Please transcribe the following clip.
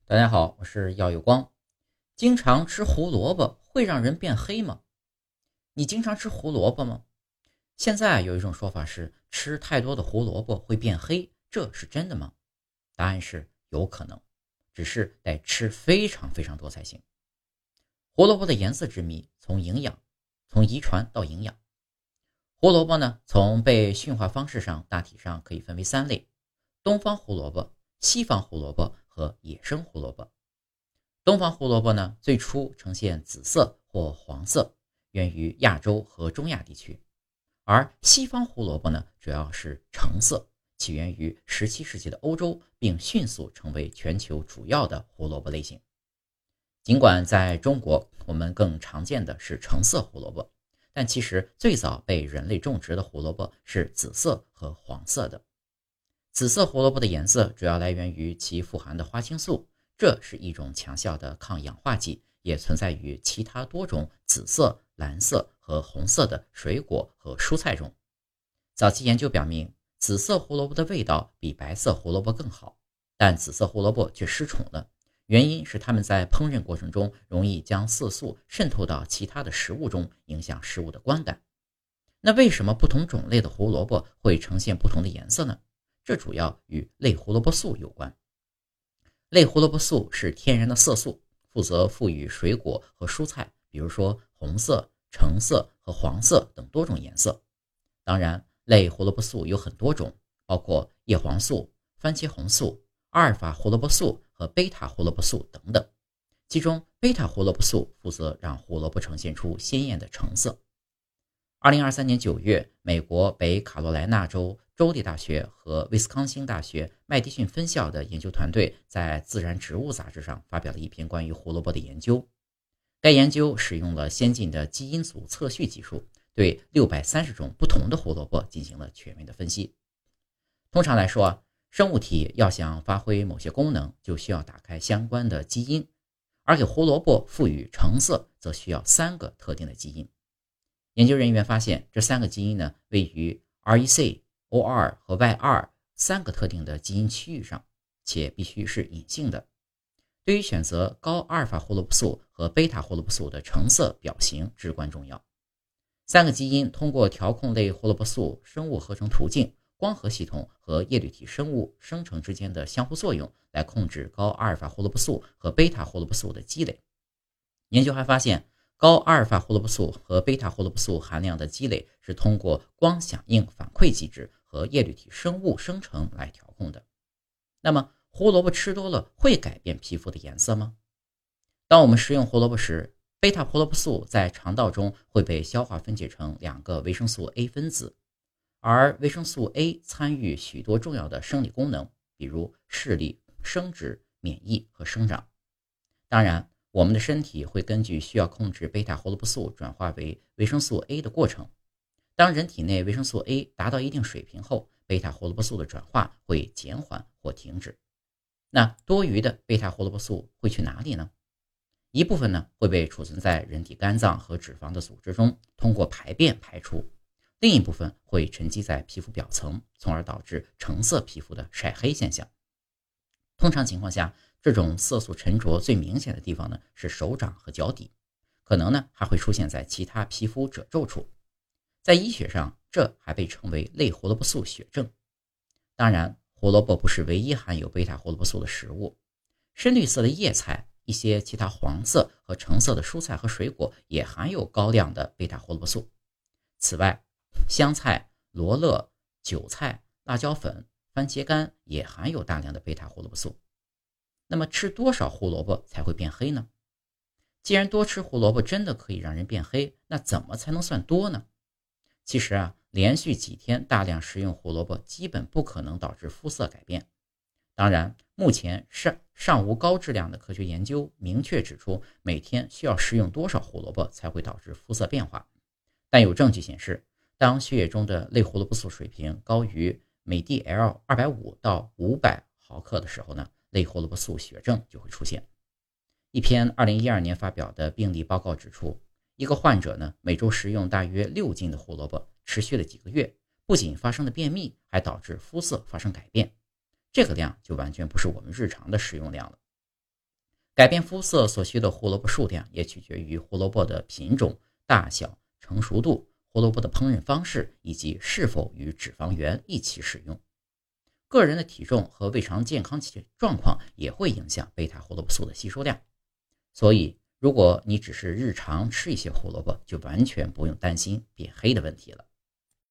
大家好，我是耀有光。经常吃胡萝卜会让人变黑吗？你经常吃胡萝卜吗？现在有一种说法是吃太多的胡萝卜会变黑，这是真的吗？答案是有可能，只是得吃非常非常多才行。胡萝卜的颜色之谜，从遗传到营养。胡萝卜呢，从被驯化方式上大体上可以分为三类：东方胡萝卜、西方胡萝卜和野生胡萝卜。东方胡萝卜呢，最初呈现紫色或黄色，源于亚洲和中亚地区；而西方胡萝卜呢，主要是橙色，起源于17世纪的欧洲，并迅速成为全球主要的胡萝卜类型。尽管在中国，我们更常见的是橙色胡萝卜，但其实最早被人类种植的胡萝卜是紫色和黄色的。紫色胡萝卜的颜色主要来源于其富含的花青素，这是一种强效的抗氧化剂，也存在于其他多种紫色、蓝色和红色的水果和蔬菜中。早期研究表明，紫色胡萝卜的味道比白色胡萝卜更好，但紫色胡萝卜却失宠了，原因是它们在烹饪过程中容易将色素渗透到其他的食物中，影响食物的观感。那为什么不同种类的胡萝卜会呈现不同的颜色呢？这主要与类胡萝卜素有关。类胡萝卜素是天然的色素，负责赋予水果和蔬菜，比如说红色、橙色和黄色等多种颜色。当然，类胡萝卜素有很多种，包括叶黄素、番茄红素、阿尔法胡萝卜素和贝塔胡萝卜素等等。其中，贝塔胡萝卜素负责让胡萝卜呈现出鲜艳的橙色。2023年9月，美国北卡罗来纳州州立大学和威斯康星大学麦迪逊分校的研究团队在《自然植物》杂志上发表了一篇关于胡萝卜的研究。该研究使用了先进的基因组测序技术，对630种不同的胡萝卜进行了全面的分析。通常来说，生物体要想发挥某些功能，就需要打开相关的基因，而给胡萝卜赋予橙色则需要3个特定的基因。研究人员发现，这3个基因呢，位于 REC、OR 和 Y2 3个特定的基因区域上，且必须是隐性的。对于选择高阿尔法胡萝卜素和贝塔胡萝卜素的橙色表型至关重要。3个基因通过调控类胡萝卜素生物合成途径、光合系统和叶绿体生物生成之间的相互作用，来控制高阿尔法胡萝卜素和贝塔胡萝卜素的积累。研究还发现，高阿尔法胡萝卜素和贝塔胡萝卜素含量的积累是通过光响应反馈机制和叶绿体生物生成来调控的。那么胡萝卜吃多了会改变皮肤的颜色吗？当我们食用胡萝卜时，贝塔胡萝卜素在肠道中会被消化分解成2个维生素 A 分子，而维生素 A 参与许多重要的生理功能，比如视力、生殖、免疫和生长。当然，我们的身体会根据需要控制贝塔胡萝卜素转化为维生素 A 的过程。当人体内维生素 A 达到一定水平后，贝塔胡萝卜素的转化会减缓或停止。那多余的贝塔胡萝卜素会去哪里呢？一部分呢会被储存在人体肝脏和脂肪的组织中，通过排便排出；另一部分会沉积在皮肤表层，从而导致橙色皮肤的晒黑现象。通常情况下，这种色素沉着最明显的地方呢是手掌和脚底，可能呢还会出现在其他皮肤褶皱处。在医学上，这还被称为类胡萝卜素血症。当然，胡萝卜不是唯一含有贝塔胡萝卜素的食物，深绿色的叶菜、一些其他黄色和橙色的蔬菜和水果也含有高量的贝塔胡萝卜素。此外，香菜、罗勒、韭菜、辣椒粉、番茄干也含有大量的贝塔胡萝卜素。那么吃多少胡萝卜才会变黑呢？既然多吃胡萝卜真的可以让人变黑，那怎么才能算多呢？其实连续几天大量食用胡萝卜基本不可能导致肤色改变。当然，目前尚无高质量的科学研究明确指出每天需要食用多少胡萝卜才会导致肤色变化。但有证据显示，当血液中的类胡萝卜素水平高于每 dl 250到500毫克的时候呢，类胡萝卜素血症就会出现。一篇2012年发表的病例报告指出，一个患者呢，每周食用大约6斤的胡萝卜，持续了几个月，不仅发生了便秘，还导致肤色发生改变。这个量就完全不是我们日常的食用量了。 改变肤色所需的胡萝卜数量也取决于胡萝卜的品种、大小、成熟度、胡萝卜的烹饪方式以及是否与脂肪源一起使用。个人的体重和胃肠健康状况也会影响贝塔胡萝卜素的吸收量。所以如果你只是日常吃一些胡萝卜，就完全不用担心变黑的问题了。